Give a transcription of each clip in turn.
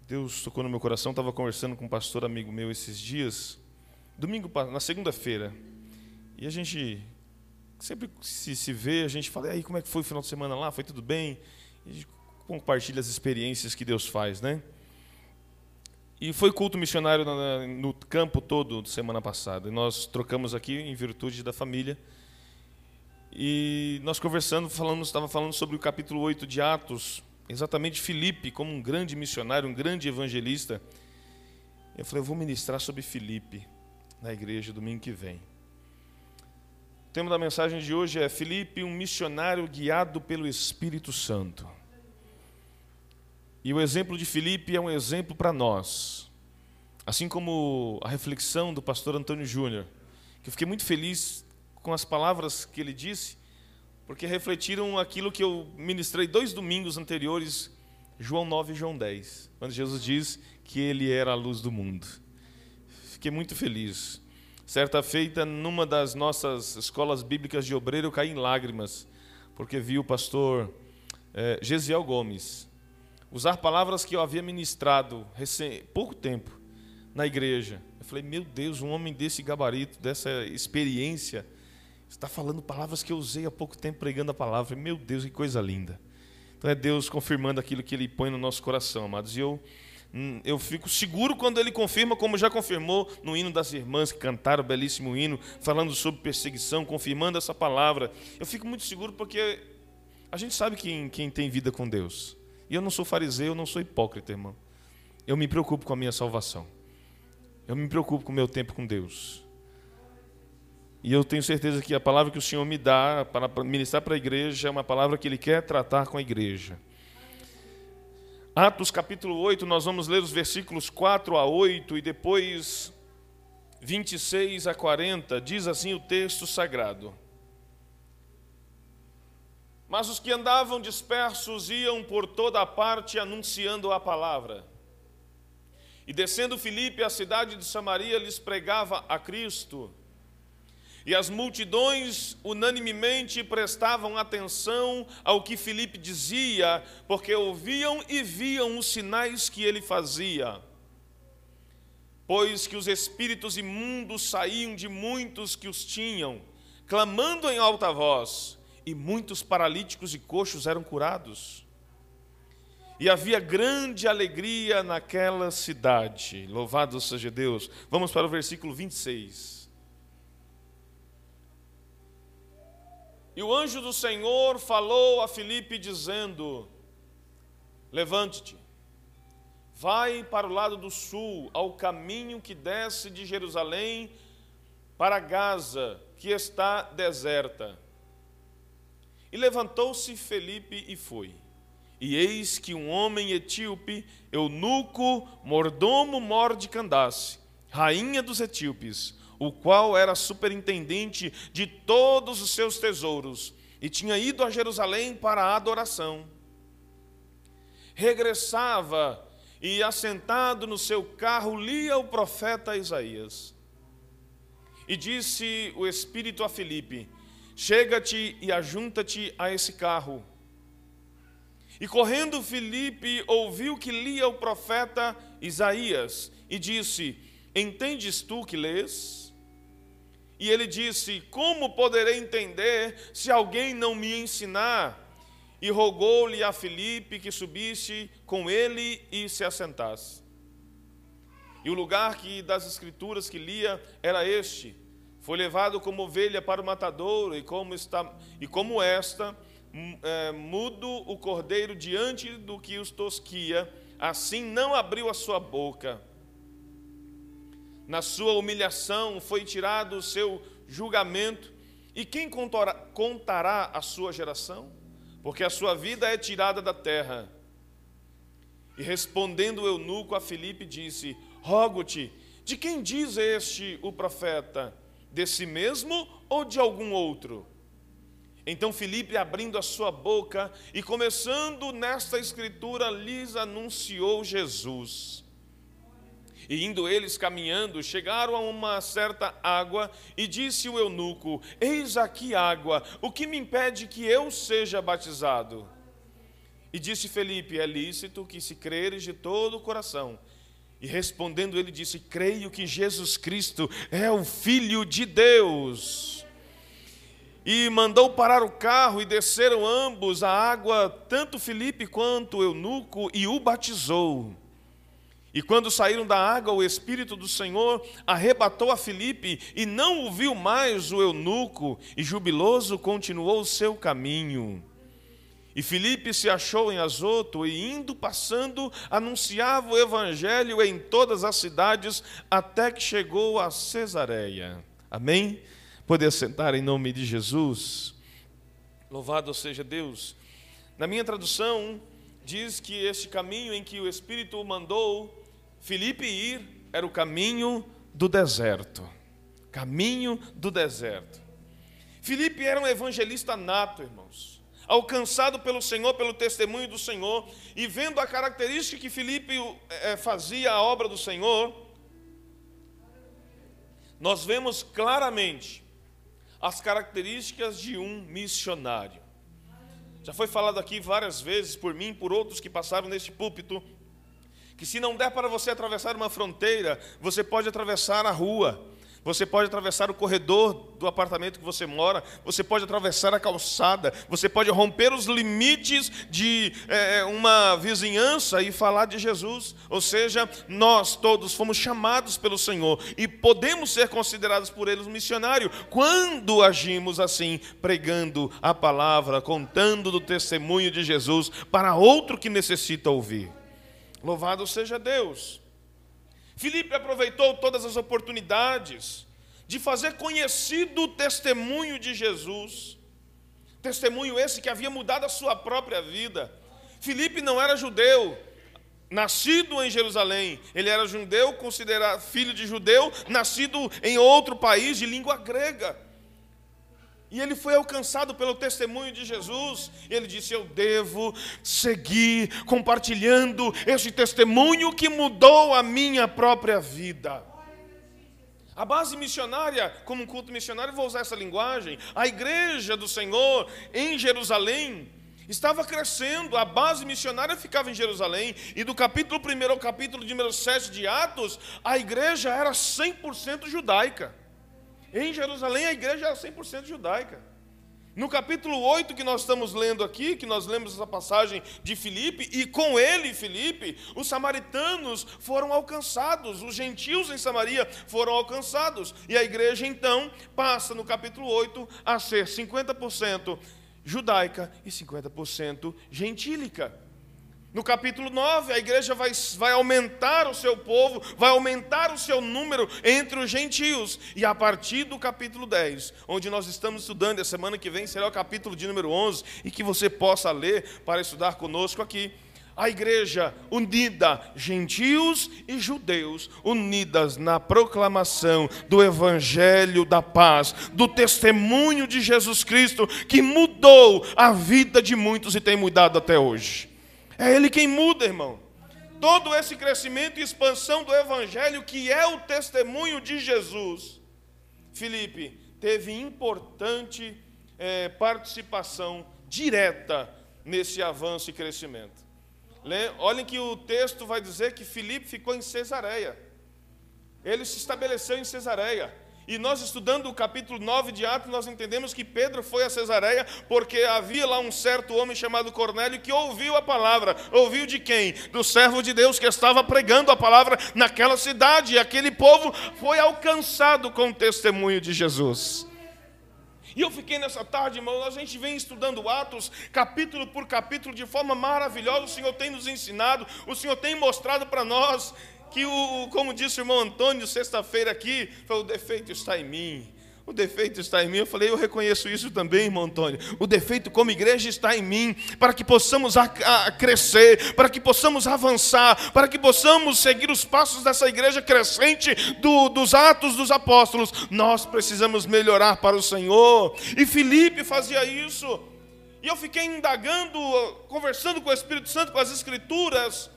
Deus tocou no meu coração, estava conversando com um pastor amigo meu esses dias, na segunda-feira, e a gente sempre se vê, a gente fala, e aí, como é que foi o final de semana lá? Foi tudo bem? E a gente compartilha as experiências que Deus faz, né? E foi culto missionário no campo todo semana passada, e nós trocamos aqui em virtude da família, e nós conversando, estava falando sobre o capítulo 8 de Atos, exatamente Filipe, como um grande missionário, um grande evangelista. Eu falei, eu vou ministrar sobre Filipe na igreja domingo que vem. O tema da mensagem de hoje é Filipe, um missionário guiado pelo Espírito Santo. E o exemplo de Filipe é um exemplo para nós. Assim como a reflexão do pastor Antônio Júnior, que eu fiquei muito feliz com as palavras que ele disse, porque refletiram aquilo que eu ministrei 2 domingos anteriores, João 9 e João 10, quando Jesus diz que ele era a luz do mundo. Fiquei muito feliz. Certa feita, numa das nossas escolas bíblicas de obreiro, eu caí em lágrimas, porque vi o pastor Gesiel Gomes usar palavras que eu havia ministrado pouco tempo na igreja. Eu falei, meu Deus, um homem desse gabarito, dessa experiência, está falando palavras que eu usei há pouco tempo pregando a palavra. Meu Deus, que coisa linda. Então é Deus confirmando aquilo que Ele põe no nosso coração, amados. E eu fico seguro quando Ele confirma, como já confirmou no hino das irmãs que cantaram o belíssimo hino, falando sobre perseguição, confirmando essa palavra. Eu fico muito seguro porque a gente sabe quem tem vida com Deus. E eu não sou fariseu, eu não sou hipócrita, irmão. Eu me preocupo com a minha salvação. Eu me preocupo com o meu tempo com Deus. E eu tenho certeza que a palavra que o Senhor me dá para ministrar para a igreja é uma palavra que Ele quer tratar com a igreja. Atos capítulo 8, nós vamos ler os versículos 4 a 8 e depois 26 a 40, diz assim o texto sagrado. Mas os que andavam dispersos iam por toda a parte anunciando a palavra. E descendo Filipe à cidade de Samaria, lhes pregava a Cristo. E as multidões unanimemente prestavam atenção ao que Filipe dizia, porque ouviam e viam os sinais que ele fazia. Pois que os espíritos imundos saíam de muitos que os tinham, clamando em alta voz, e muitos paralíticos e coxos eram curados. E havia grande alegria naquela cidade. Louvado seja Deus. Vamos para o versículo 26. E o anjo do Senhor falou a Filipe dizendo, levante-te, vai para o lado do sul, ao caminho que desce de Jerusalém para Gaza, que está deserta. E levantou-se Filipe e foi. E eis que um homem etíope, eunuco, mordomo mor de Candace, rainha dos etíopes, o qual era superintendente de todos os seus tesouros, e tinha ido a Jerusalém para a adoração. Regressava e, assentado no seu carro, lia o profeta Isaías. E disse o Espírito a Filipe, chega-te e ajunta-te a esse carro. E correndo Filipe ouviu que lia o profeta Isaías, e disse, entendes tu que lês? E ele disse, como poderei entender se alguém não me ensinar? E rogou-lhe a Filipe que subisse com ele e se assentasse. E o lugar das escrituras que lia era este, foi levado como ovelha para o matadouro, e como esta, mudo o cordeiro diante do que os tosquia, assim não abriu a sua boca. Na sua humilhação foi tirado o seu julgamento, e quem contará a sua geração? Porque a sua vida é tirada da terra. E respondendo o eunuco a Filipe disse, rogo-te, de quem diz este o profeta? De si mesmo ou de algum outro? Então Filipe, abrindo a sua boca e começando nesta escritura, lhes anunciou Jesus. E indo eles caminhando, chegaram a uma certa água, e disse o eunuco, eis aqui água, o que me impede que eu seja batizado? E disse Felipe: é lícito que se creres de todo o coração. E respondendo ele disse: creio que Jesus Cristo é o Filho de Deus. E mandou parar o carro e desceram ambos à água, tanto Felipe quanto o eunuco, e o batizou. E quando saíram da água, o Espírito do Senhor arrebatou a Felipe, e não o viu mais o eunuco, e jubiloso continuou o seu caminho. E Felipe se achou em Azoto, e indo, passando, anunciava o evangelho em todas as cidades, até que chegou a Cesareia. Amém? Pode sentar em nome de Jesus. Louvado seja Deus. Na minha tradução, diz que este caminho em que o Espírito mandou Felipe ir era o caminho do deserto. Caminho do deserto. Felipe era um evangelista nato, irmãos, alcançado pelo Senhor, pelo testemunho do Senhor, e vendo a característica que Felipe fazia a obra do Senhor, nós vemos claramente as características de um missionário. Já foi falado aqui várias vezes por mim, por outros que passaram neste púlpito, que se não der para você atravessar uma fronteira, você pode atravessar a rua, você pode atravessar o corredor do apartamento que você mora, você pode atravessar a calçada, você pode romper os limites de uma vizinhança e falar de Jesus. Ou seja, nós todos fomos chamados pelo Senhor e podemos ser considerados por Ele um missionário quando agimos assim, pregando a palavra, contando do testemunho de Jesus para outro que necessita ouvir. Louvado seja Deus. Filipe aproveitou todas as oportunidades de fazer conhecido o testemunho de Jesus. Testemunho esse que havia mudado a sua própria vida. Filipe não era judeu, nascido em Jerusalém. Ele era judeu, considerado filho de judeu, nascido em outro país de língua grega. E ele foi alcançado pelo testemunho de Jesus. E ele disse: eu devo seguir compartilhando esse testemunho que mudou a minha própria vida. A base missionária, como um culto missionário, vou usar essa linguagem, a igreja do Senhor em Jerusalém estava crescendo, a base missionária ficava em Jerusalém, e do capítulo 1 ao capítulo de número 7 de Atos, a igreja era 100% judaica. Em Jerusalém a igreja era 100% judaica. No capítulo 8 que nós estamos lendo aqui, que nós lemos essa passagem de Filipe, e com ele, Filipe, os samaritanos foram alcançados, os gentios em Samaria foram alcançados, e a igreja então passa no capítulo 8 a ser 50% judaica e 50% gentílica. No capítulo 9, a igreja vai aumentar o seu povo, vai aumentar o seu número entre os gentios. E a partir do capítulo 10, onde nós estamos estudando, e a semana que vem será o capítulo de número 11, e que você possa ler para estudar conosco aqui. A igreja unida, gentios e judeus, unidas na proclamação do evangelho da paz, do testemunho de Jesus Cristo, que mudou a vida de muitos e tem mudado até hoje. É Ele quem muda, irmão. Todo esse crescimento e expansão do Evangelho, que é o testemunho de Jesus, Filipe teve importante participação direta nesse avanço e crescimento. Olhem que o texto vai dizer que Filipe ficou em Cesareia. Ele se estabeleceu em Cesareia. E nós estudando o capítulo 9 de Atos, nós entendemos que Pedro foi a Cesareia porque havia lá um certo homem chamado Cornélio que ouviu a palavra. Ouviu de quem? Do servo de Deus que estava pregando a palavra naquela cidade. E aquele povo foi alcançado com o testemunho de Jesus. E eu fiquei nessa tarde, irmão, a gente vem estudando Atos, capítulo por capítulo, de forma maravilhosa. O Senhor tem nos ensinado, o Senhor tem mostrado para nós que, como disse o irmão Antônio sexta-feira aqui, o defeito está em mim. O defeito está em mim. Eu falei, eu reconheço isso também, irmão Antônio. O defeito como igreja está em mim, para que possamos crescer, para que possamos avançar, para que possamos seguir os passos dessa igreja crescente dos Atos dos Apóstolos. Nós precisamos melhorar para o Senhor. E Filipe fazia isso. E eu fiquei indagando, conversando com o Espírito Santo, com as Escrituras,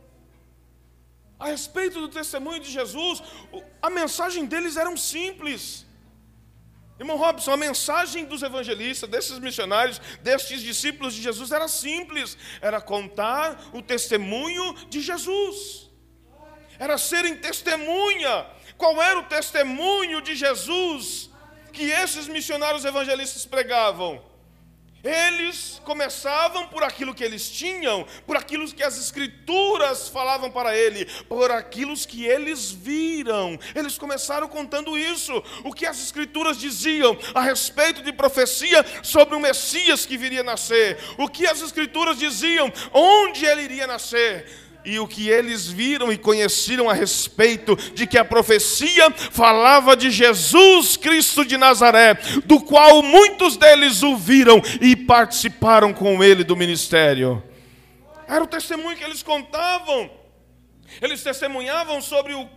a respeito do testemunho de Jesus. A mensagem deles era simples. Irmão Robson, a mensagem dos evangelistas, desses missionários, destes discípulos de Jesus era simples. Era contar o testemunho de Jesus. Era serem testemunha. Qual era o testemunho de Jesus que esses missionários evangelistas pregavam? Eles começavam por aquilo que eles tinham, por aquilo que as Escrituras falavam para ele, por aquilo que eles viram. Eles começaram contando isso, o que as Escrituras diziam a respeito de profecia sobre o Messias que viria nascer, o que as Escrituras diziam onde ele iria nascer. E o que eles viram e conheceram a respeito de que a profecia falava de Jesus Cristo de Nazaré, do qual muitos deles o viram e participaram com ele do ministério. Era o testemunho que eles contavam. Eles testemunhavam sobre o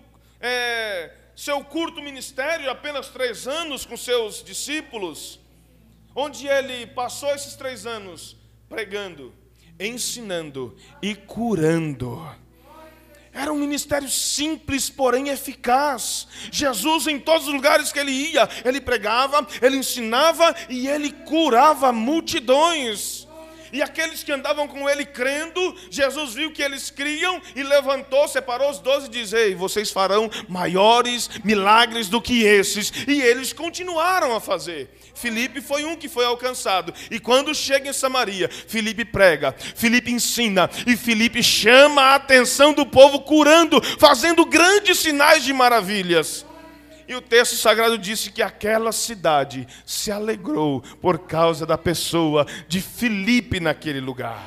seu curto ministério, apenas 3 anos com seus discípulos, onde ele passou esses 3 anos pregando, ensinando e curando. Era um ministério simples, porém eficaz. Jesus, em todos os lugares que ele ia, ele pregava, ele ensinava e ele curava multidões. E aqueles que andavam com ele crendo, Jesus viu que eles criam e levantou, separou os 12 e disse: ei, vocês farão maiores milagres do que esses. E eles continuaram a fazer. Filipe foi um que foi alcançado. E quando chega em Samaria, Filipe prega, Filipe ensina e Filipe chama a atenção do povo curando, fazendo grandes sinais de maravilhas. E o texto sagrado disse que aquela cidade se alegrou por causa da pessoa de Filipe naquele lugar.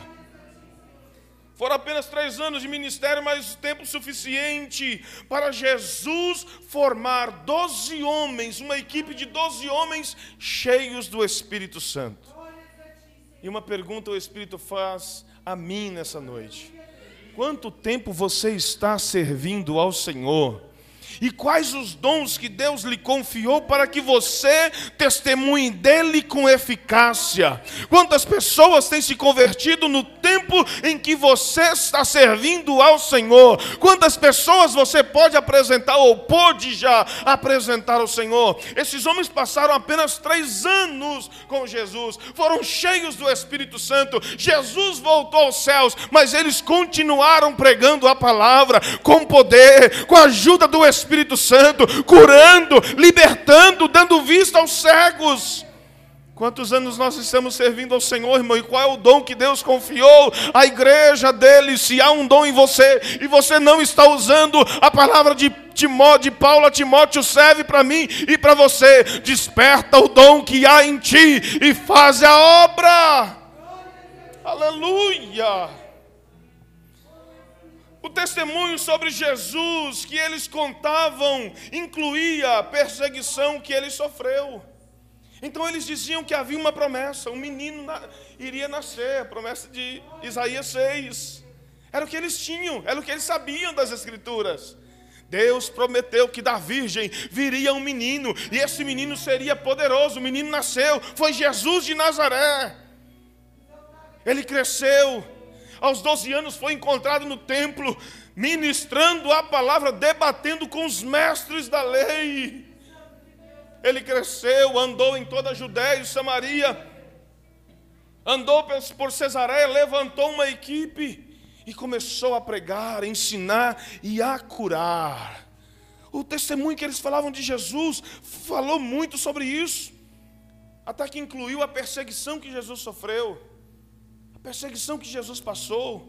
Foram apenas 3 anos de ministério, mas tempo suficiente para Jesus formar 12 homens, uma equipe de 12 homens cheios do Espírito Santo. E uma pergunta o Espírito faz a mim nessa noite: quanto tempo você está servindo ao Senhor? E quais os dons que Deus lhe confiou para que você testemunhe dele com eficácia? Quantas pessoas têm se convertido no tempo em que você está servindo ao Senhor? Quantas pessoas você pode apresentar ou pôde já apresentar ao Senhor? Esses homens passaram apenas 3 anos com Jesus, foram cheios do Espírito Santo. Jesus voltou aos céus, mas eles continuaram pregando a palavra com poder, com a ajuda do Espírito Santo, curando, libertando, dando vista aos cegos. Quantos anos nós estamos servindo ao Senhor, irmão? E qual é o dom que Deus confiou à igreja dele? Se há um dom em você e você não está usando, a palavra de Paulo a Timóteo serve para mim e para você. Desperta o dom que há em ti e faz a obra. Aleluia! O testemunho sobre Jesus que eles contavam incluía a perseguição que ele sofreu. Então eles diziam que havia uma promessa, um menino iria nascer, a promessa de Isaías 6. Era o que eles tinham, era o que eles sabiam das Escrituras. Deus prometeu que da virgem viria um menino, e esse menino seria poderoso. O menino nasceu, foi Jesus de Nazaré. Ele cresceu. Aos 12 anos foi encontrado no templo, ministrando a palavra, debatendo com os mestres da lei. Ele cresceu, andou em toda a Judéia e Samaria, andou por Cesareia, levantou uma equipe e começou a pregar, a ensinar e a curar. O testemunho que eles falavam de Jesus falou muito sobre isso, até que incluiu a perseguição que Jesus sofreu. Perseguição que Jesus passou.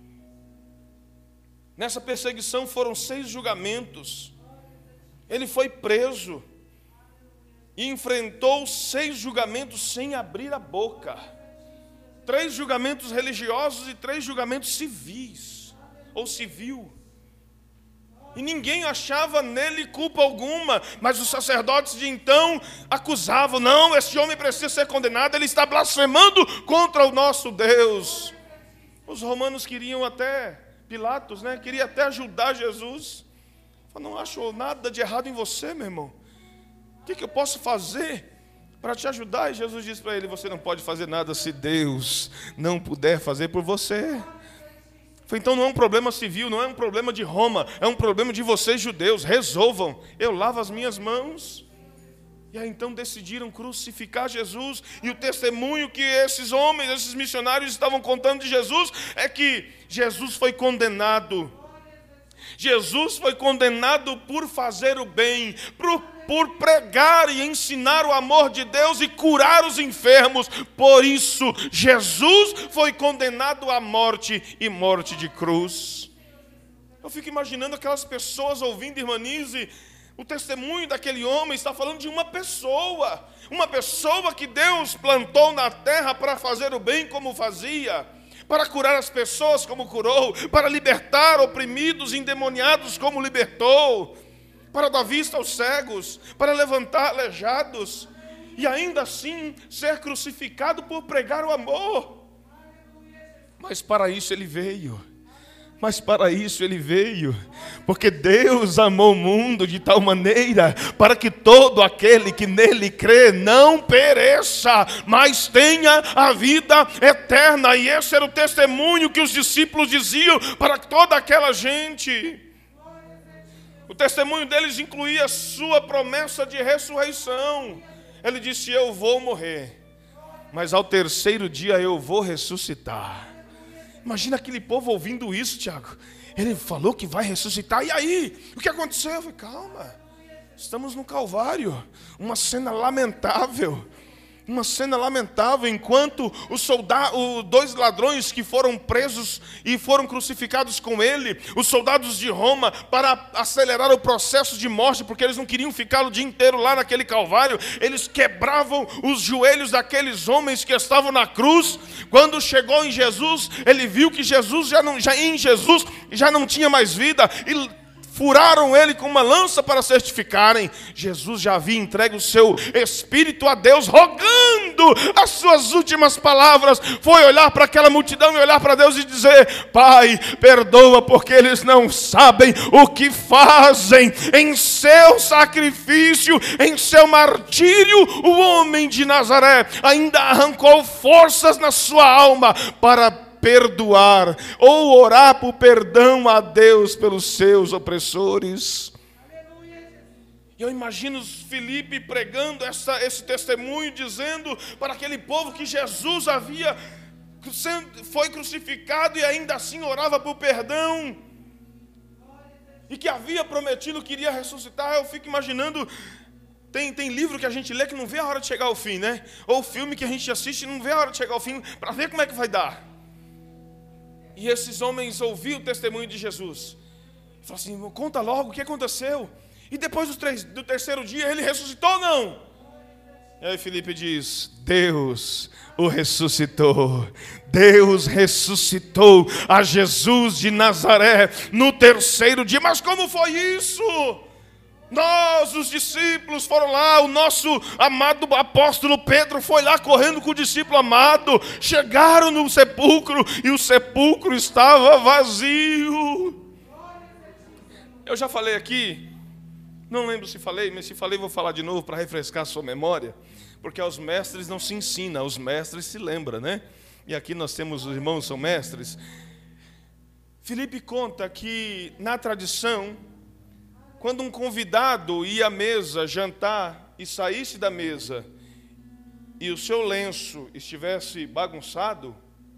Nessa perseguição foram 6 julgamentos. Ele foi preso e enfrentou 6 julgamentos sem abrir a boca. 3 julgamentos religiosos e 3 julgamentos civis ou civil. E ninguém achava nele culpa alguma, mas os sacerdotes de então acusavam: não, esse homem precisa ser condenado, ele está blasfemando contra o nosso Deus. Os romanos queriam até, Pilatos, queria até ajudar Jesus. Falou: não acho nada de errado em você, meu irmão. O que eu posso fazer para te ajudar? E Jesus disse para ele: você não pode fazer nada se Deus não puder fazer por você. Então não é um problema civil, não é um problema de Roma, é um problema de vocês judeus. Resolvam, eu lavo as minhas mãos. E aí então decidiram crucificar Jesus. E o testemunho que esses homens, esses missionários estavam contando de Jesus é que Jesus foi condenado. Jesus foi condenado por fazer o bem, por pregar e ensinar o amor de Deus e curar os enfermos. Por isso, Jesus foi condenado à morte e morte de cruz. Eu fico imaginando aquelas pessoas ouvindo, irmã Nise, o testemunho daquele homem está falando de uma pessoa que Deus plantou na terra para fazer o bem como fazia, para curar as pessoas como curou, para libertar oprimidos, endemoniados como libertou, para dar vista aos cegos, para levantar aleijados, e ainda assim ser crucificado por pregar o amor. Mas para isso ele veio. Porque Deus amou o mundo de tal maneira para que todo aquele que nele crê não pereça, mas tenha a vida eterna. E esse era o testemunho que os discípulos diziam para toda aquela gente. O testemunho deles incluía a sua promessa de ressurreição. Ele disse: eu vou morrer, mas ao terceiro dia eu vou ressuscitar. Imagina aquele povo ouvindo isso, Tiago. Ele falou que vai ressuscitar, e aí? O que aconteceu? Eu falei: calma, estamos no Calvário. Uma cena lamentável, enquanto os dois ladrões que foram presos e foram crucificados com ele, os soldados de Roma, para acelerar o processo de morte, porque eles não queriam ficar o dia inteiro lá naquele Calvário, eles quebravam os joelhos daqueles homens que estavam na cruz. Quando chegou em Jesus, ele viu que Jesus já não tinha mais vida, e furaram ele com uma lança para certificarem. Jesus já havia entregue o seu espírito a Deus, rogando. As suas últimas palavras foi olhar para aquela multidão e olhar para Deus e dizer: Pai, perdoa, porque eles não sabem o que fazem. Em seu sacrifício, em seu martírio, o homem de Nazaré ainda arrancou forças na sua alma para perdoar ou orar por perdão a Deus pelos seus opressores. E eu imagino Filipe pregando esse testemunho, dizendo para aquele povo que Jesus foi crucificado e ainda assim orava por perdão, e que havia prometido que iria ressuscitar. Eu fico imaginando, tem livro que a gente lê que não vê a hora de chegar ao fim, né? Ou filme que a gente assiste e não vê a hora de chegar ao fim, para ver como é que vai dar. E esses homens ouviram o testemunho de Jesus. E falaram assim: conta logo o que aconteceu. E depois do terceiro dia ele ressuscitou ou não? E aí Filipe diz: Deus o ressuscitou. Deus ressuscitou a Jesus de Nazaré no terceiro dia. Mas como foi isso? Nós, os discípulos, foram lá, o nosso amado apóstolo Pedro foi lá correndo com o discípulo amado, chegaram no sepulcro e o sepulcro estava vazio. Eu já falei aqui, não lembro se falei, mas se falei vou falar de novo para refrescar a sua memória, porque aos mestres não se ensina, aos mestres se lembra, né? E aqui nós temos os irmãos que são mestres. Filipe conta que na tradição, quando um convidado ia à mesa jantar e saísse da mesa e o seu lenço estivesse bagunçado,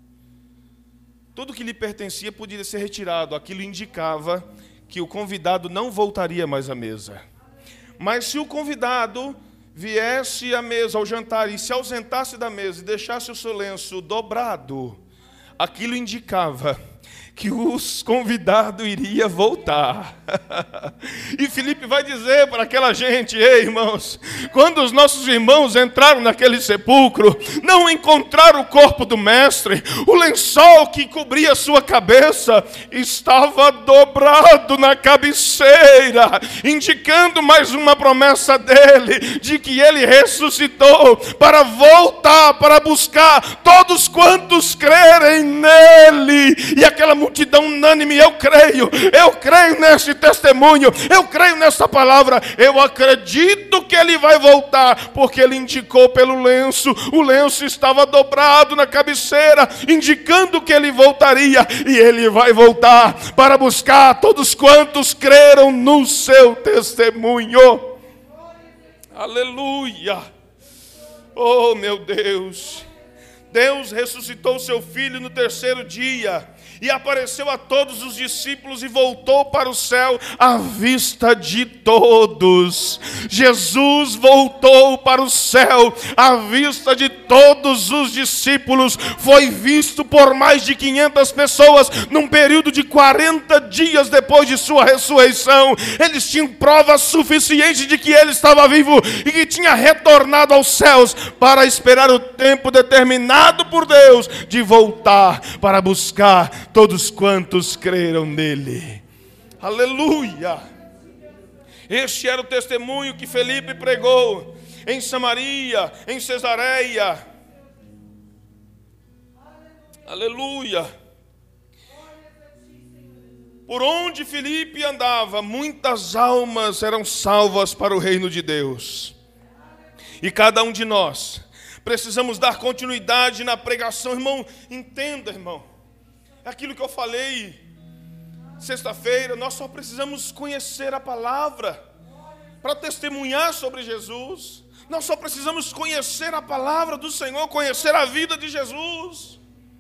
tudo que lhe pertencia podia ser retirado. Aquilo indicava que o convidado não voltaria mais à mesa. Mas se o convidado viesse à mesa ao jantar e se ausentasse da mesa e deixasse o seu lenço dobrado, aquilo indicava que os convidados iriam voltar. E Filipe vai dizer para aquela gente: ei, irmãos, quando os nossos irmãos entraram naquele sepulcro, não encontraram o corpo do mestre, o lençol que cobria a sua cabeça estava dobrado na cabeceira, indicando mais uma promessa dele, de que ele ressuscitou para voltar, para buscar todos quantos crerem nele. E aquela multidão unânime: eu creio nesse testemunho, eu creio nessa palavra, eu acredito que ele vai voltar, porque ele indicou pelo lenço, o lenço estava dobrado na cabeceira, indicando que ele voltaria, e ele vai voltar para buscar todos quantos creram no seu testemunho. Aleluia. Oh, meu Deus. Deus ressuscitou seu filho no terceiro dia e apareceu a todos os discípulos e voltou para o céu à vista de todos. Jesus voltou para o céu à vista de todos os discípulos. Foi visto por mais de 500 pessoas num período de 40 dias depois de sua ressurreição. Eles tinham prova suficiente de que ele estava vivo e que tinha retornado aos céus para esperar o tempo determinado por Deus de voltar para buscar todos quantos creram nele. Aleluia! Este era o testemunho que Felipe pregou em Samaria, em Cesareia. Aleluia! Por onde Felipe andava, muitas almas eram salvas para o reino de Deus. E cada um de nós precisamos dar continuidade na pregação. Irmão, entenda, irmão, aquilo que eu falei sexta-feira, nós só precisamos conhecer a palavra para testemunhar sobre Jesus. Nós só precisamos conhecer a palavra do Senhor, conhecer a vida de Jesus.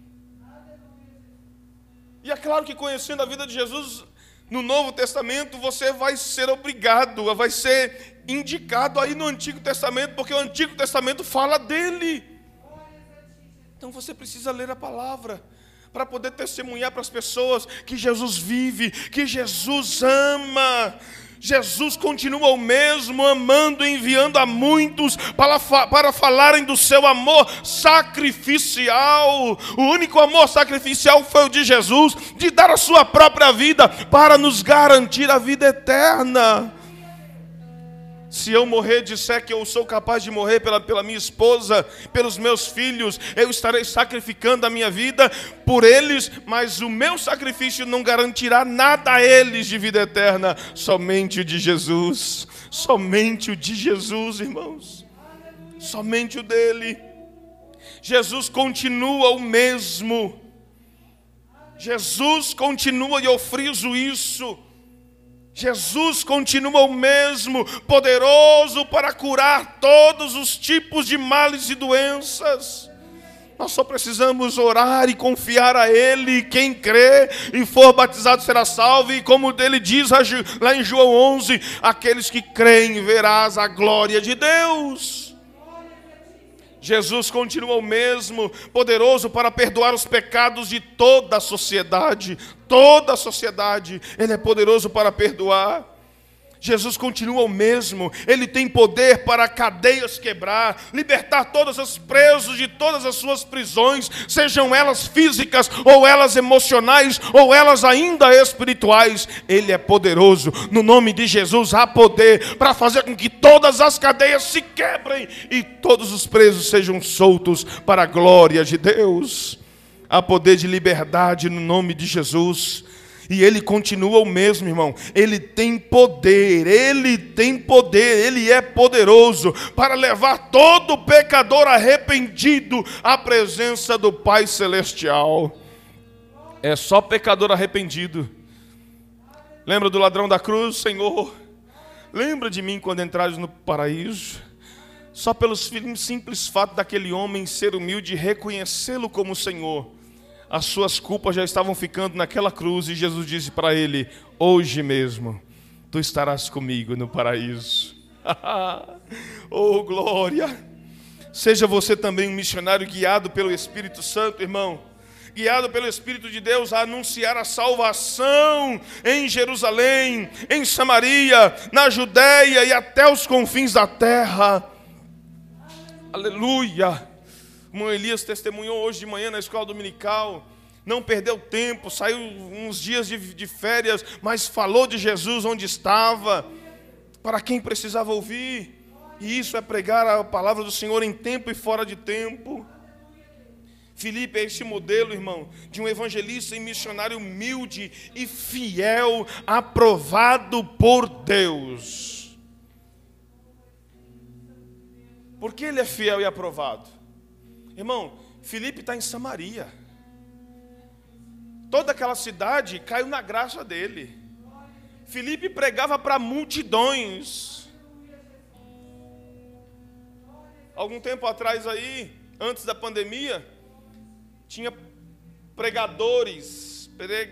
E é claro que conhecendo a vida de Jesus no Novo Testamento, você vai ser obrigado, vai ser indicado aí no Antigo Testamento, porque o Antigo Testamento fala dele. Então você precisa ler a palavra para poder testemunhar para as pessoas que Jesus vive, que Jesus ama. Jesus continua o mesmo, amando e enviando a muitos para falarem do seu amor sacrificial. O único amor sacrificial foi o de Jesus, de dar a sua própria vida para nos garantir a vida eterna. Se eu morrer, disser que eu sou capaz de morrer pela minha esposa, pelos meus filhos, eu estarei sacrificando a minha vida por eles, mas o meu sacrifício não garantirá nada a eles de vida eterna, somente o de Jesus, somente o de Jesus, irmãos, somente o dele. Jesus continua o mesmo, Jesus continua, e eu friso isso, Jesus continua o mesmo, poderoso para curar todos os tipos de males e doenças. Nós só precisamos orar e confiar a Ele. Quem crê e for batizado será salvo. E como ele diz lá em João 11, aqueles que creem verás a glória de Deus. Jesus continua o mesmo, poderoso para perdoar os pecados de toda a sociedade. Toda a sociedade, Ele é poderoso para perdoar. Jesus continua o mesmo, Ele tem poder para cadeias quebrar, libertar todos os presos de todas as suas prisões, sejam elas físicas, ou elas emocionais, ou elas ainda espirituais. Ele é poderoso. No nome de Jesus há poder para fazer com que todas as cadeias se quebrem e todos os presos sejam soltos para a glória de Deus. Há poder de liberdade no nome de Jesus. E Ele continua o mesmo, irmão. Ele tem poder, Ele é poderoso para levar todo pecador arrependido à presença do Pai Celestial. É só pecador arrependido. Lembra do ladrão da cruz? Senhor, lembra de mim quando entrares no paraíso. Só pelo simples fato daquele homem ser humilde e reconhecê-lo como Senhor, as suas culpas já estavam ficando naquela cruz, e Jesus disse para ele: hoje mesmo tu estarás comigo no paraíso. Oh, glória! Seja você também um missionário guiado pelo Espírito Santo, irmão, guiado pelo Espírito de Deus a anunciar a salvação em Jerusalém, em Samaria, na Judéia e até os confins da terra. Aleluia! Como Elias testemunhou hoje de manhã na escola dominical, não perdeu tempo, saiu uns dias de férias, mas falou de Jesus onde estava, para quem precisava ouvir. E isso é pregar a palavra do Senhor em tempo e fora de tempo. Filipe é esse modelo, irmão, de um evangelista e missionário humilde e fiel, aprovado por Deus. Por que ele é fiel e aprovado? Irmão, Filipe está em Samaria. Toda aquela cidade caiu na graça dele. Filipe pregava para multidões. Algum tempo atrás aí, antes da pandemia, tinha pregadores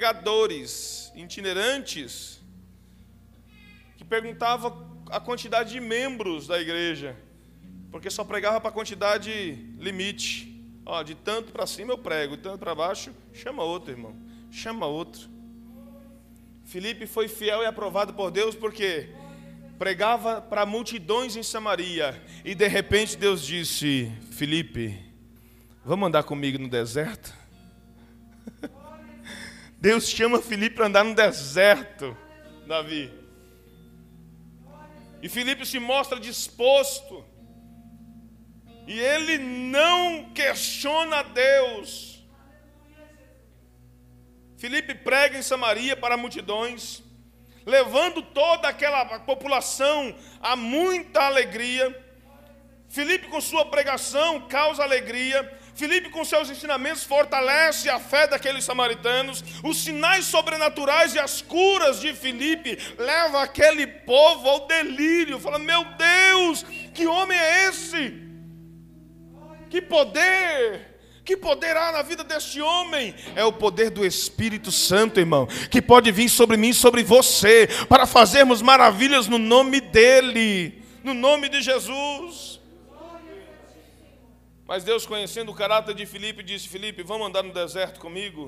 itinerantes que perguntavam a quantidade de membros da igreja, porque só pregava para a quantidade limite. Ó, de tanto para cima eu prego, de tanto para baixo, chama outro, irmão, chama outro. Filipe foi fiel e aprovado por Deus porque pregava para multidões em Samaria, e de repente Deus disse: Filipe, vamos andar comigo no deserto? Deus chama Filipe para andar no deserto, Davi. E Filipe se mostra disposto, e ele não questiona Deus. Filipe prega em Samaria para multidões, levando toda aquela população a muita alegria. Filipe, com sua pregação, causa alegria. Filipe, com seus ensinamentos, fortalece a fé daqueles samaritanos. Os sinais sobrenaturais e as curas de Filipe levam aquele povo ao delírio. Fala: meu Deus, que homem é esse? Que poder há na vida deste homem? É o poder do Espírito Santo, irmão, que pode vir sobre mim e sobre você, para fazermos maravilhas no nome dEle, no nome de Jesus. Mas Deus, conhecendo o caráter de Filipe, disse: Filipe, vamos andar no deserto comigo?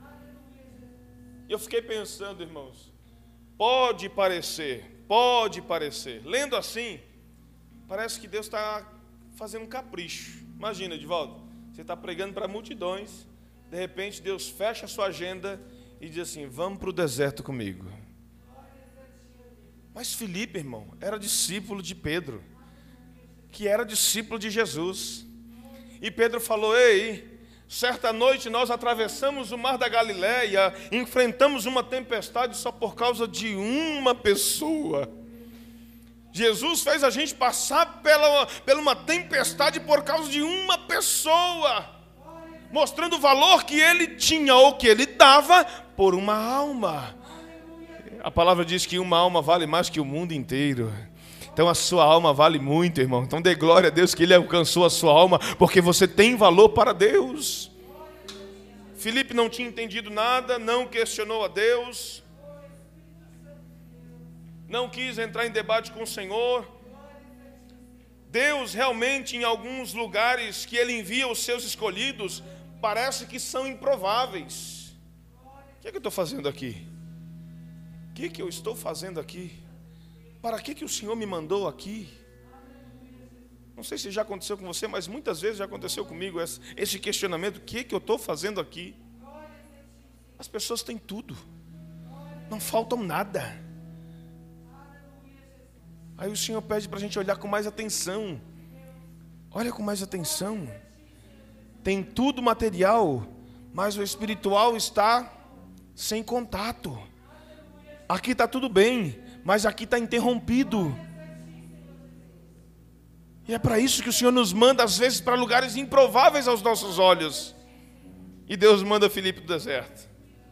E eu fiquei pensando, irmãos, pode parecer, lendo assim, parece que Deus está fazendo um capricho. Imagina, Edivaldo, você está pregando para multidões, de repente Deus fecha a sua agenda e diz assim: vamos para o deserto comigo. Mas Filipe, irmão, era discípulo de Pedro, que era discípulo de Jesus. E Pedro falou: ei, certa noite nós atravessamos o mar da Galileia, enfrentamos uma tempestade só por causa de uma pessoa. Jesus fez a gente passar pela uma tempestade por causa de uma pessoa, mostrando o valor que ele tinha ou que ele dava por uma alma. A palavra diz que uma alma vale mais que o mundo inteiro. Então a sua alma vale muito, irmão. Então dê glória a Deus que Ele alcançou a sua alma, porque você tem valor para Deus. Filipe não tinha entendido nada, não questionou a Deus, não quis entrar em debate com o Senhor. Deus realmente, em alguns lugares que Ele envia os seus escolhidos, parece que são improváveis. O que é que eu estou fazendo aqui? O que é que eu estou fazendo aqui? Para que o Senhor me mandou aqui? Não sei se já aconteceu com você, mas muitas vezes já aconteceu comigo esse questionamento: o que é que eu estou fazendo aqui? As pessoas têm tudo, não faltam nada. Aí o Senhor pede para a gente olhar com mais atenção. Olha com mais atenção. Tem tudo material, mas o espiritual está sem contato. Aqui está tudo bem, mas aqui está interrompido. E é para isso que o Senhor nos manda, às vezes, para lugares improváveis aos nossos olhos. E Deus manda Filipe do deserto.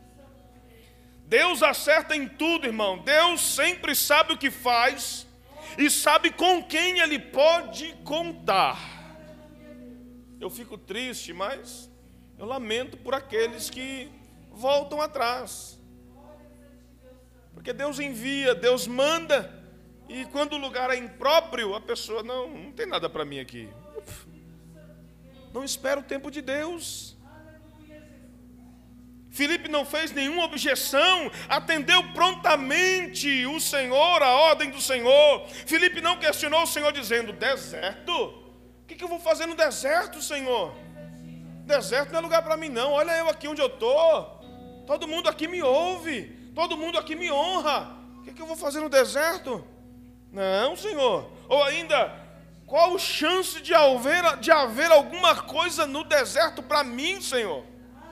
Deus acerta em tudo, irmão. Deus sempre sabe o que faz e sabe com quem Ele pode contar. Eu fico triste, mas eu lamento por aqueles que voltam atrás. Porque Deus envia, Deus manda, e quando o lugar é impróprio, a pessoa não tem nada para mim aqui. Não espera o tempo de Deus. Filipe não fez nenhuma objeção, atendeu prontamente o Senhor, a ordem do Senhor. Filipe não questionou o Senhor dizendo: deserto? O que eu vou fazer no deserto, Senhor? Deserto não é lugar para mim não, olha eu aqui onde eu estou. Todo mundo aqui me ouve, todo mundo aqui me honra. O que eu vou fazer no deserto? Não, Senhor. Ou ainda, qual a chance de haver alguma coisa no deserto para mim, Senhor?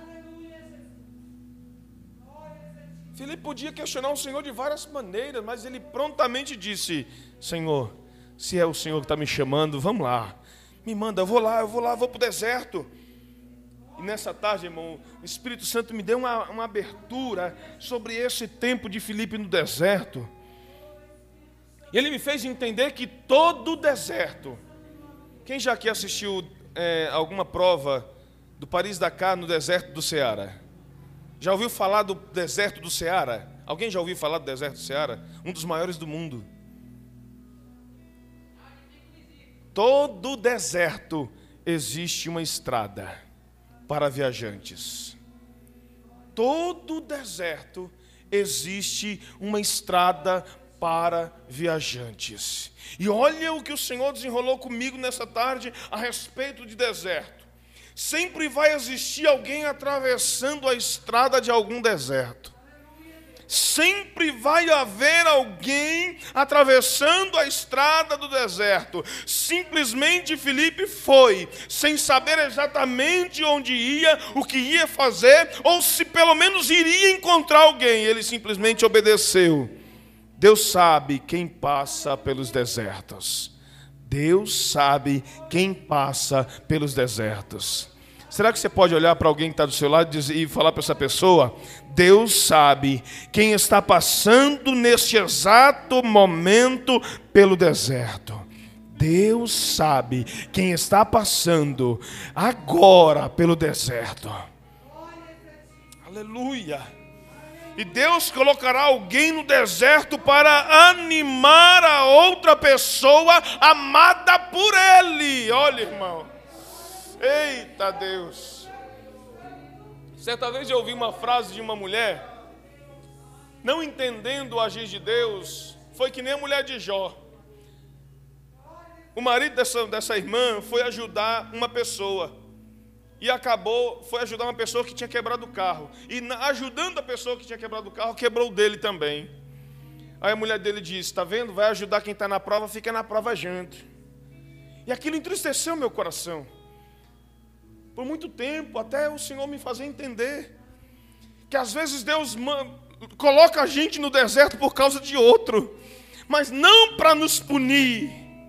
Filipe podia questionar o Senhor de várias maneiras, mas ele prontamente disse: Senhor, se é o Senhor que está me chamando, vamos lá, me manda, eu vou para o deserto. E nessa tarde, irmão, o Espírito Santo me deu uma abertura sobre esse tempo de Filipe no deserto. E ele me fez entender que todo deserto Quem já aqui assistiu alguma prova do Paris-Dakar no deserto do Ceará? Já ouviu falar do deserto do Ceará? Alguém já ouviu falar do deserto do Ceará? Um dos maiores do mundo. Todo deserto existe uma estrada para viajantes. Todo deserto existe uma estrada para viajantes. E olha o que o Senhor desenrolou comigo nessa tarde a respeito de deserto. Sempre vai existir alguém atravessando a estrada de algum deserto. Sempre vai haver alguém atravessando a estrada do deserto. Simplesmente Filipe foi, sem saber exatamente onde ia, o que ia fazer, ou se pelo menos iria encontrar alguém. Ele simplesmente obedeceu. Deus sabe quem passa pelos desertos. Deus sabe quem passa pelos desertos. Será que você pode olhar para alguém que está do seu lado e falar para essa pessoa: Deus sabe quem está passando neste exato momento pelo deserto. Deus sabe quem está passando agora pelo deserto. Aleluia. E Deus colocará alguém no deserto para animar a outra pessoa amada por Ele. Olha, irmão. Eita Deus. Certa vez eu ouvi uma frase de uma mulher, não entendendo o agir de Deus, foi que nem a mulher de Jó. O marido dessa irmã foi ajudar uma pessoa. E foi ajudar uma pessoa que tinha quebrado o carro. E ajudando a pessoa que tinha quebrado o carro, quebrou o dele também. Aí a mulher dele disse: está vendo? Vai ajudar quem está na prova, fica na prova junto. E aquilo entristeceu meu coração. Por muito tempo, até o Senhor me fazer entender que às vezes Deus coloca a gente no deserto por causa de outro, mas não para nos punir,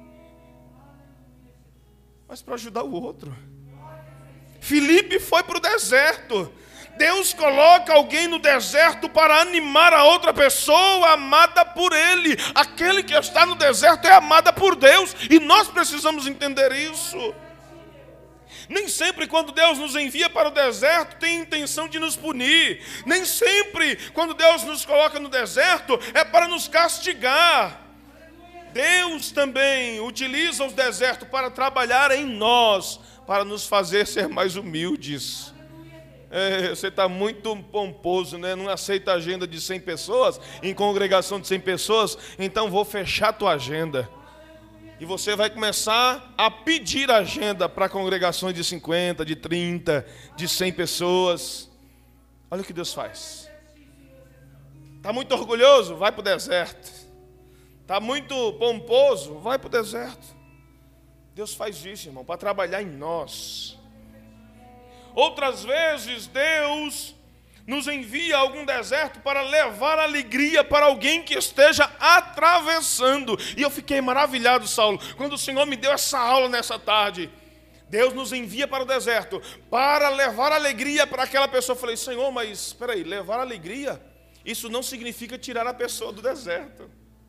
mas para ajudar o outro. Filipe foi para o deserto. Deus coloca alguém no deserto para animar a outra pessoa amada por Ele. Aquele que está no deserto é amada por Deus, e nós precisamos entender isso. Nem sempre quando Deus nos envia para o deserto tem intenção de nos punir. Nem sempre quando Deus nos coloca no deserto é para nos castigar. Deus também utiliza os desertos para trabalhar em nós, para nos fazer ser mais humildes. Você está muito pomposo, né? Não aceita a agenda de 100 pessoas, em congregação de 100 pessoas, então vou fechar a tua agenda. E você vai começar a pedir agenda para congregações de 50, de 30, de 100 pessoas. Olha o que Deus faz. Está muito orgulhoso? Vai para o deserto. Está muito pomposo? Vai para o deserto. Deus faz isso, irmão, para trabalhar em nós. Outras vezes Deus nos envia a algum deserto para levar alegria para alguém que esteja atravessando. E eu fiquei maravilhado, Saulo, quando o Senhor me deu essa aula nessa tarde. Deus nos envia para o deserto para levar alegria para aquela pessoa. Eu falei: Senhor, mas espera aí, levar alegria, isso não significa tirar a pessoa do deserto.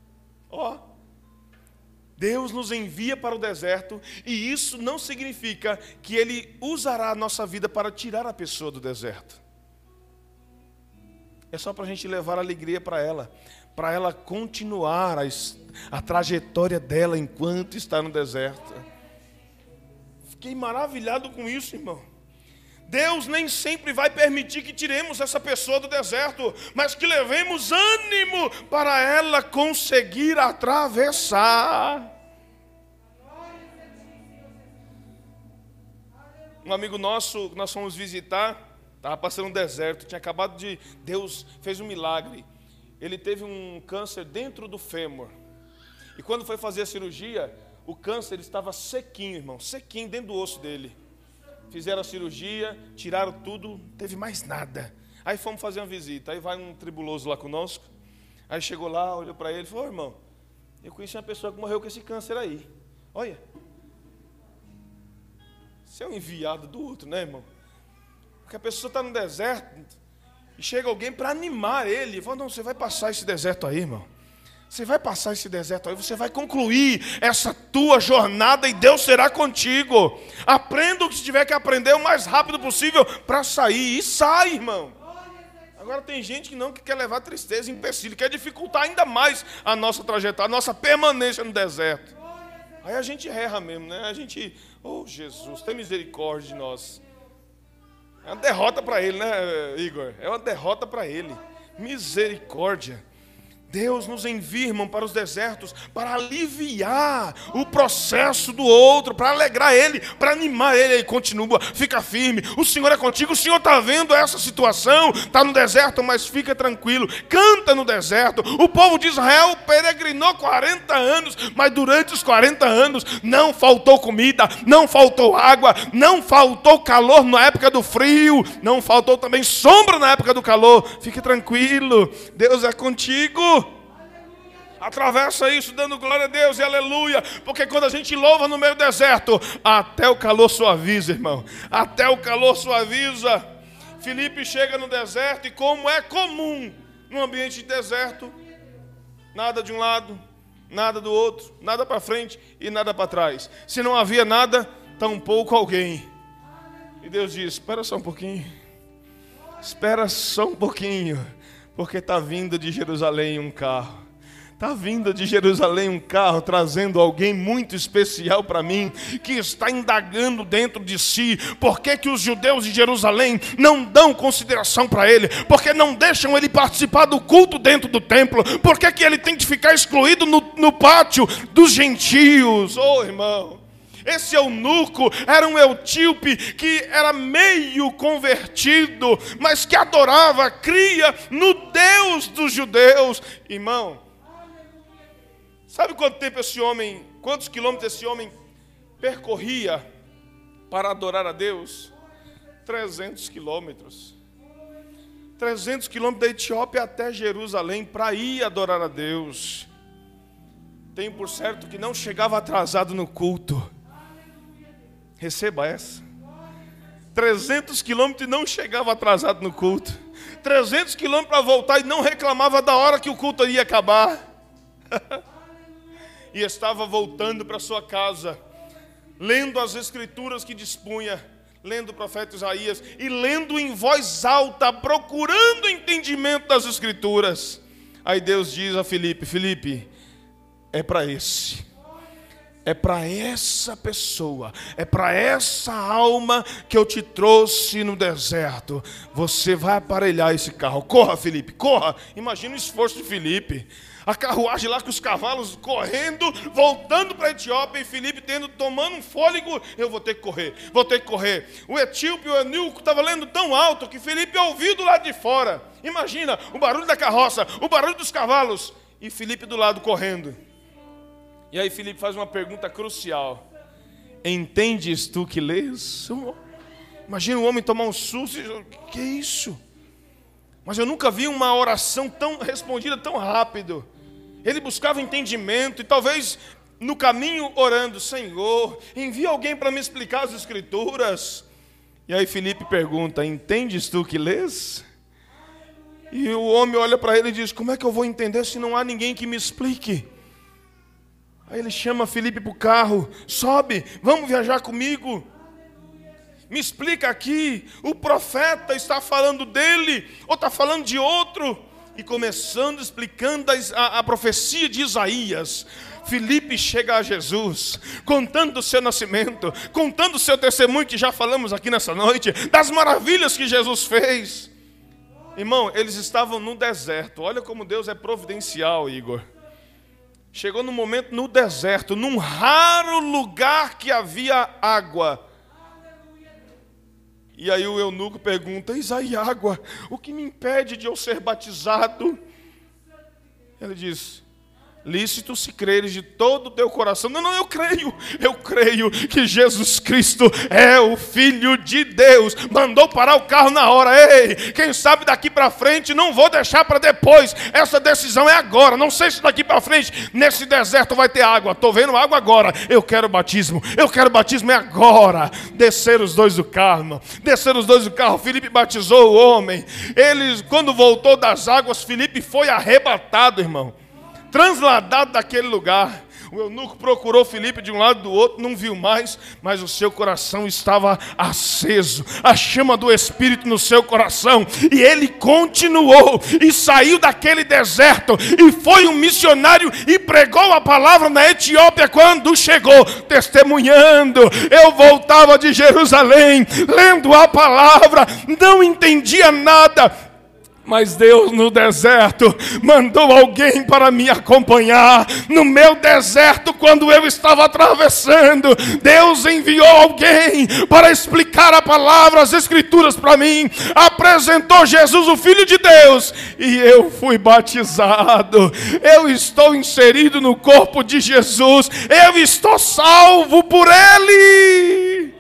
Deus nos envia para o deserto, e isso não significa que Ele usará a nossa vida para tirar a pessoa do deserto. É só para a gente levar alegria para ela continuar a trajetória dela enquanto está no deserto. Fiquei maravilhado com isso, irmão. Deus nem sempre vai permitir que tiremos essa pessoa do deserto, mas que levemos ânimo para ela conseguir atravessar. Um amigo nosso, nós fomos visitar, estava passando um deserto, tinha acabado de... Deus fez um milagre. Ele teve um câncer dentro do fêmur. E quando foi fazer a cirurgia, o câncer estava sequinho, irmão, sequinho dentro do osso dele. Fizeram a cirurgia, tiraram tudo, não teve mais nada. Aí fomos fazer uma visita, aí vai um tribuloso lá conosco. Aí chegou lá, olhou para ele e falou: irmão, eu conheci uma pessoa que morreu com esse câncer aí. Olha, você é um enviado do outro, né, irmão? Porque a pessoa está no deserto e chega alguém para animar ele. Fala: não, você vai passar esse deserto aí, irmão. Você vai passar esse deserto aí, você vai concluir essa tua jornada e Deus será contigo. Aprenda o que tiver que aprender o mais rápido possível para sair. E sai, irmão. Agora tem gente que quer levar tristeza, empecilho, quer dificultar ainda mais a nossa trajetória, a nossa permanência no deserto. Aí a gente erra mesmo, né? A gente, oh Jesus, tem misericórdia de nós. É uma derrota para ele, né, Igor? É uma derrota para ele. Misericórdia. Deus nos envia, irmão, para os desertos, para aliviar o processo do outro, para alegrar ele, para animar ele. Ele continua, fica firme, o Senhor é contigo, o Senhor está vendo essa situação, está no deserto, mas fica tranquilo, canta no deserto. O povo de Israel peregrinou 40 anos, mas durante os 40 anos não faltou comida, não faltou água, não faltou calor na época do frio, não faltou também sombra na época do calor. Fique tranquilo, Deus é contigo. Atravessa isso dando glória a Deus e aleluia, porque quando a gente louva no meio do deserto, até o calor suaviza, irmão, até o calor suaviza. Filipe chega no deserto e, como é comum no ambiente de deserto, nada de um lado, nada do outro, nada para frente e nada para trás. Se não havia nada, tampouco alguém. E Deus diz, espera só um pouquinho, porque está vindo de Jerusalém um carro. Está vindo de Jerusalém um carro trazendo alguém muito especial para mim, que está indagando dentro de si, por que os judeus de Jerusalém não dão consideração para ele, porque não deixam ele participar do culto dentro do templo, por que ele tem que ficar excluído no pátio dos gentios. Oh, irmão, esse eunuco era um etíope que era meio convertido, mas que adorava, cria no Deus dos judeus. Irmão, sabe quanto tempo quantos quilômetros esse homem percorria para adorar a Deus? 300 quilômetros. 300 quilômetros da Etiópia até Jerusalém para ir adorar a Deus. Tenho por certo que não chegava atrasado no culto. Receba essa. 300 quilômetros e não chegava atrasado no culto. 300 quilômetros para voltar e não reclamava da hora que o culto ia acabar. E estava voltando para sua casa, lendo as escrituras que dispunha, lendo o profeta Isaías, e lendo em voz alta, procurando entendimento das escrituras. Aí Deus diz a Filipe, Filipe, é para essa pessoa, é para essa alma que eu te trouxe no deserto. Você vai aparelhar esse carro. Corra, Filipe, corra. Imagina o esforço de Filipe. A carruagem lá com os cavalos correndo, voltando para a Etiópia, e Filipe tomando um fôlego. Eu vou ter que correr. O etíope, o eunuco, estava lendo tão alto que Filipe ouviu do lado de fora. Imagina o barulho da carroça, o barulho dos cavalos, e Filipe do lado correndo. E aí Filipe faz uma pergunta crucial: entendes tu que lês? Imagina o homem tomar um susto e que é isso? Mas eu nunca vi uma oração tão respondida tão rápido. Ele buscava entendimento e talvez no caminho orando, Senhor, envia alguém para me explicar as escrituras. E aí Filipe pergunta, entendes tu que lês? E o homem olha para ele e diz, como é que eu vou entender se não há ninguém que me explique? Aí ele chama Filipe para o carro, sobe, vamos viajar comigo. Me explica aqui, o profeta está falando dele, ou está falando de outro? E começando, explicando a profecia de Isaías, Filipe chega a Jesus, contando do seu nascimento, contando o seu testemunho, que já falamos aqui nessa noite, das maravilhas que Jesus fez. Irmão, eles estavam no deserto, olha como Deus é providencial, Igor. Chegou no momento no deserto, num raro lugar que havia água. E aí o eunuco pergunta, eis aí água, o que me impede de eu ser batizado? Ele diz, lícito se creres de todo o teu coração. Não, eu creio que Jesus Cristo é o Filho de Deus. Mandou parar o carro na hora. Ei, quem sabe daqui para frente, não vou deixar para depois. Essa decisão é agora. Não sei se daqui para frente, nesse deserto vai ter água. Estou vendo água agora. Eu quero batismo é agora. Desceram os dois do carro. Filipe batizou o homem. Eles, quando voltou das águas, Filipe foi arrebatado, irmão. transladado daquele lugar. O eunuco procurou Filipe de um lado e do outro, não viu mais, mas o seu coração estava aceso, a chama do Espírito no seu coração, e ele continuou, e saiu daquele deserto, e foi um missionário, e pregou a palavra na Etiópia. Quando chegou, testemunhando, eu voltava de Jerusalém, lendo a palavra, não entendia nada, mas Deus no deserto mandou alguém para me acompanhar. No meu deserto, quando eu estava atravessando, Deus enviou alguém para explicar a palavra, as escrituras para mim. Apresentou Jesus, o Filho de Deus, e eu fui batizado. Eu estou inserido no corpo de Jesus. Eu estou salvo por Ele.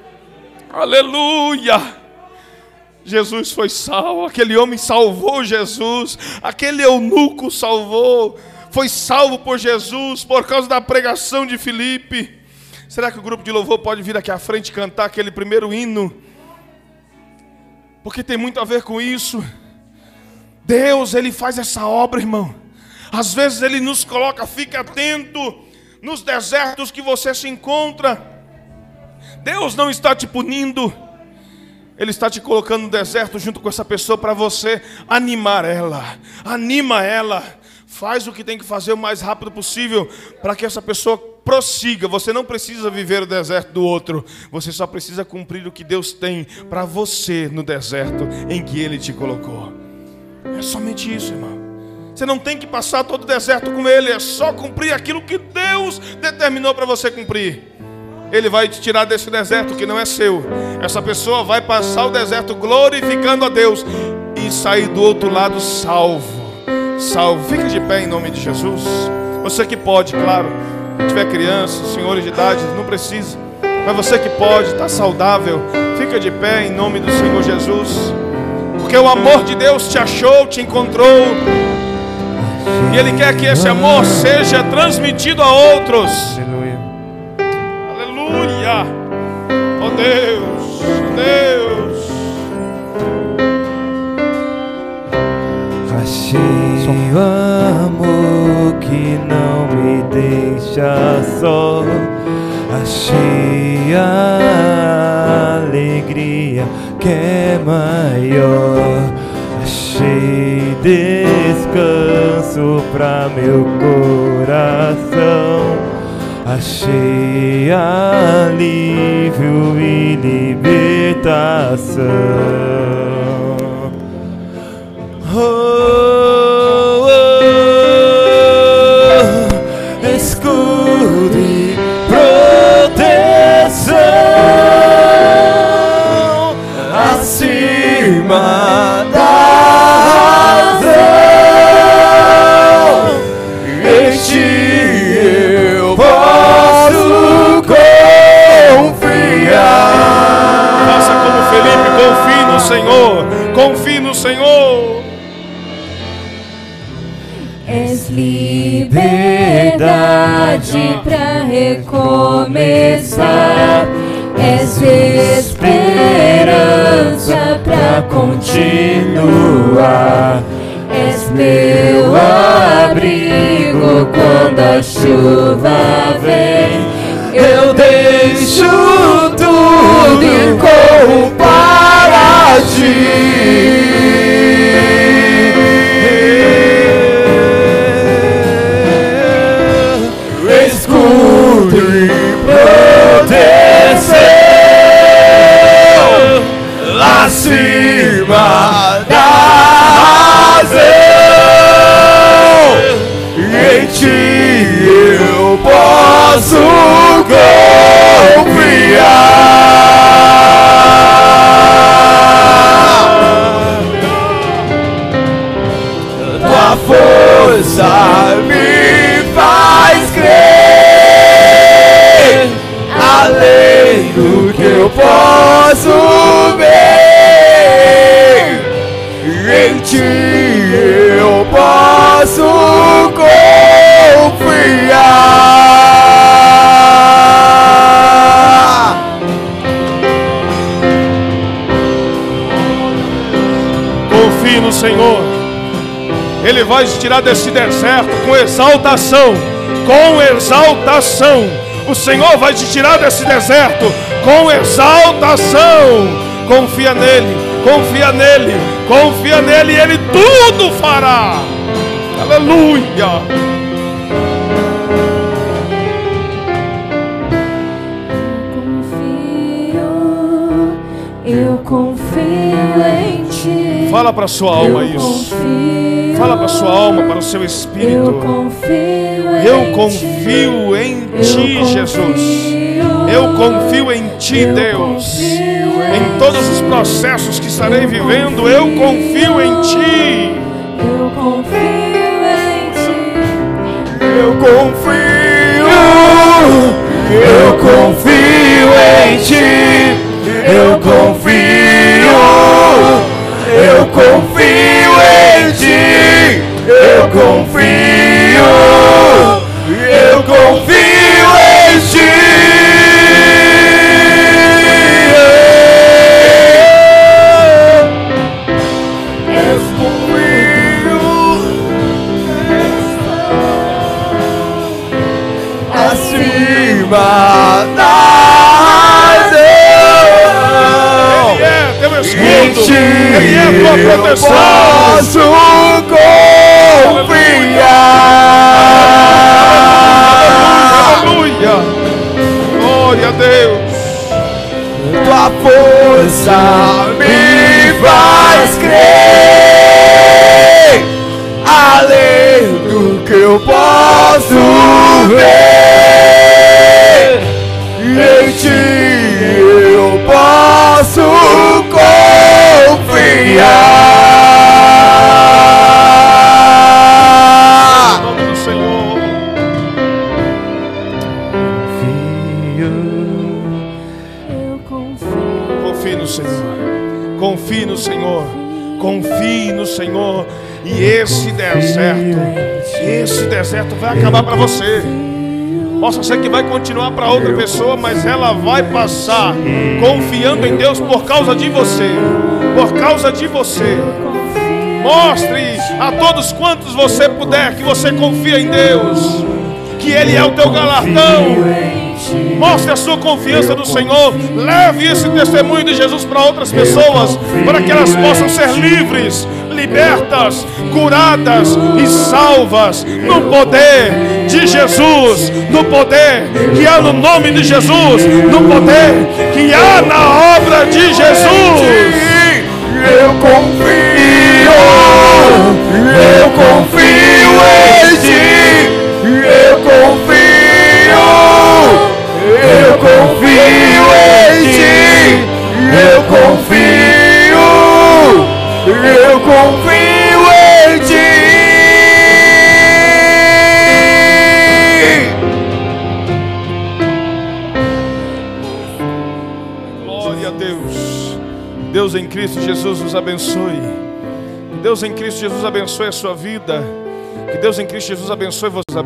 Aleluia. Jesus foi salvo, aquele homem salvou Jesus, aquele eunuco salvou, foi salvo por Jesus, por causa da pregação de Filipe. Será que o grupo de louvor pode vir aqui à frente cantar aquele primeiro hino? Porque tem muito a ver com isso. Deus, Ele faz essa obra, irmão. Às vezes Ele nos coloca, fica atento nos desertos que você se encontra. Deus não está te punindo. Ele está te colocando no deserto junto com essa pessoa para você animar ela. Anima ela. Faz o que tem que fazer o mais rápido possível para que essa pessoa prossiga. Você não precisa viver o deserto do outro. Você só precisa cumprir o que Deus tem para você no deserto em que Ele te colocou. É somente isso, irmão. Você não tem que passar todo o deserto com Ele. É só cumprir aquilo que Deus determinou para você cumprir. Ele vai te tirar desse deserto que não é seu. Essa pessoa vai passar o deserto glorificando a Deus e sair do outro lado salvo. Salvo. Fica de pé em nome de Jesus. Você que pode, claro. Se tiver criança, senhores de idade, não precisa. Mas você que pode, está saudável, fica de pé em nome do Senhor Jesus. Porque o amor de Deus te achou, te encontrou. E Ele quer que esse amor seja transmitido a outros. Aleluia! Oh Deus, oh Deus. Achei o amor que não me deixa só. Achei a alegria que é maior. Achei descanso pra meu coração. Achei alívio e libertação. Oh, oh, escudo e proteção acima da razão. Em ti eu posso confiar. Faça como Felipe, confie no Senhor. Confie no Senhor. És liberdade pra recomeçar. És esperança pra continuar. És meu abrigo quando a chuva vem. Eu deixo tudo e corro para ti. Escudo e proteção acima da razão. Em ti eu posso confiar. Tua força me faz crer, além do que eu posso ver. Em ti eu posso confiar. Confie no Senhor. Ele vai vai te tirar desse deserto com exaltação. Com exaltação. O Senhor vai te tirar desse deserto com exaltação. Confia nele, confia nele, confia nele, e Ele tudo fará. Aleluia. Eu confio em Ti. Fala para sua alma isso. Fala para sua alma, para o seu espírito. Eu confio em Ti, Jesus. Eu confio em Ti, Deus. Em todos os processos que estarei vivendo, eu confio em Ti. Eu confio em Ti. Eu confio em Ti. Eu confio em Ti. Eu confio em Ti. Acima da Ele é teu escudo. Ele é tua proteção. Posso confiar. Aleluia. Glória a Deus. Tua força me faz crer, além do que eu posso ver. Em Ti eu posso confiar. Em nome do Senhor. Eu confio. Confie no Senhor. Confie no Senhor. Confie no Senhor. E esse deserto vai acabar para você. Possa ser que vai continuar para outra pessoa, mas ela vai passar confiando em Deus por causa de você. Por causa de você. Mostre a todos quantos você puder que você confia em Deus, que Ele é o teu galardão. Mostre a sua confiança no Senhor. Leve esse testemunho de Jesus para outras pessoas, para que elas possam ser livres, libertas, curadas e salvas no poder de Jesus, no poder que há no nome de Jesus, no poder que há na obra de Jesus. Eu confio em Ti. Eu confio em Ti. Eu confio em Ti. Glória a Deus. Deus em Cristo Jesus nos abençoe. Que Deus em Cristo Jesus abençoe a sua vida. Que Deus em Cristo Jesus abençoe você.